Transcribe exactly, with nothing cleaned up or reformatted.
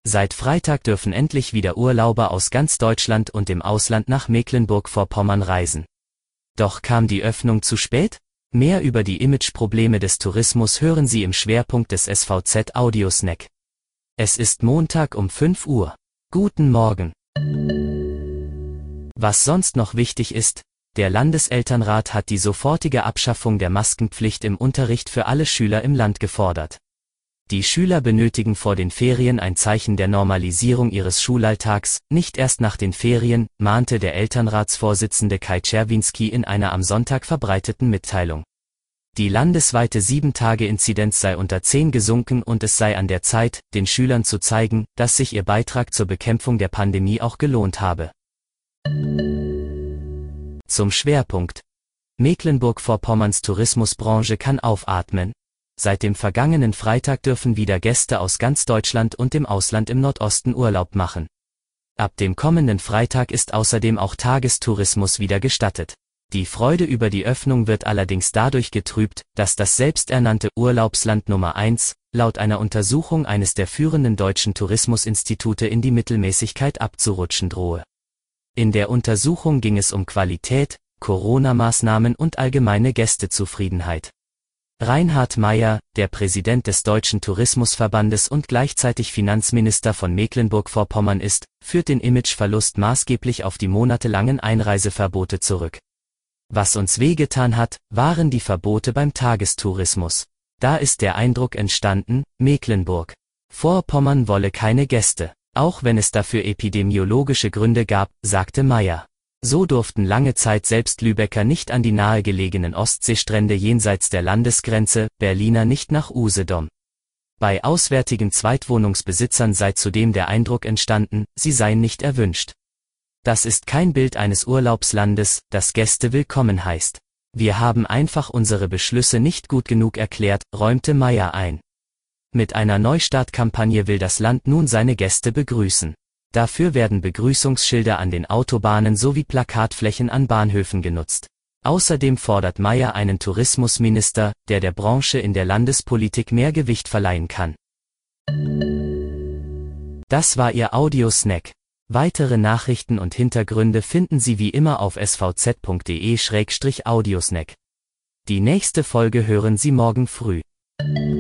Seit Freitag dürfen endlich wieder Urlauber aus ganz Deutschland und dem Ausland nach Mecklenburg-Vorpommern reisen. Doch kam die Öffnung zu spät? Mehr über die Imageprobleme des Tourismus hören Sie im Schwerpunkt des S V Z Audiosnack. Es ist Montag um fünf Uhr. Guten Morgen. Was sonst noch wichtig ist: Der Landeselternrat hat die sofortige Abschaffung der Maskenpflicht im Unterricht für alle Schüler im Land gefordert. Die Schüler benötigen vor den Ferien ein Zeichen der Normalisierung ihres Schulalltags, nicht erst nach den Ferien, mahnte der Elternratsvorsitzende Kai Czerwinski in einer am Sonntag verbreiteten Mitteilung. Die landesweite sieben Tage Inzidenz sei unter zehn gesunken und es sei an der Zeit, den Schülern zu zeigen, dass sich ihr Beitrag zur Bekämpfung der Pandemie auch gelohnt habe. Zum Schwerpunkt: Mecklenburg-Vorpommerns Tourismusbranche kann aufatmen. Seit dem vergangenen Freitag dürfen wieder Gäste aus ganz Deutschland und dem Ausland im Nordosten Urlaub machen. Ab dem kommenden Freitag ist außerdem auch Tagestourismus wieder gestattet. Die Freude über die Öffnung wird allerdings dadurch getrübt, dass das selbsternannte Urlaubsland Nummer eins laut einer Untersuchung eines der führenden deutschen Tourismusinstitute in die Mittelmäßigkeit abzurutschen drohe. In der Untersuchung ging es um Qualität, Corona-Maßnahmen und allgemeine Gästezufriedenheit. Reinhard Meyer, der Präsident des Deutschen Tourismusverbandes und gleichzeitig Finanzminister von Mecklenburg-Vorpommern ist, führt den Imageverlust maßgeblich auf die monatelangen Einreiseverbote zurück. Was uns wehgetan hat, waren die Verbote beim Tagestourismus. Da ist der Eindruck entstanden, Mecklenburg-Vorpommern wolle keine Gäste, auch wenn es dafür epidemiologische Gründe gab, sagte Meyer. So durften lange Zeit selbst Lübecker nicht an die nahegelegenen Ostseestrände jenseits der Landesgrenze, Berliner nicht nach Usedom. Bei auswärtigen Zweitwohnungsbesitzern sei zudem der Eindruck entstanden, sie seien nicht erwünscht. Das ist kein Bild eines Urlaubslandes, das Gäste willkommen heißt. Wir haben einfach unsere Beschlüsse nicht gut genug erklärt, räumte Meyer ein. Mit einer Neustartkampagne will das Land nun seine Gäste begrüßen. Dafür werden Begrüßungsschilder an den Autobahnen sowie Plakatflächen an Bahnhöfen genutzt. Außerdem fordert Meyer einen Tourismusminister, der der Branche in der Landespolitik mehr Gewicht verleihen kann. Das war Ihr Audiosnack. Weitere Nachrichten und Hintergründe finden Sie wie immer auf s v z punkt de slash audiosnack. Die nächste Folge hören Sie morgen früh.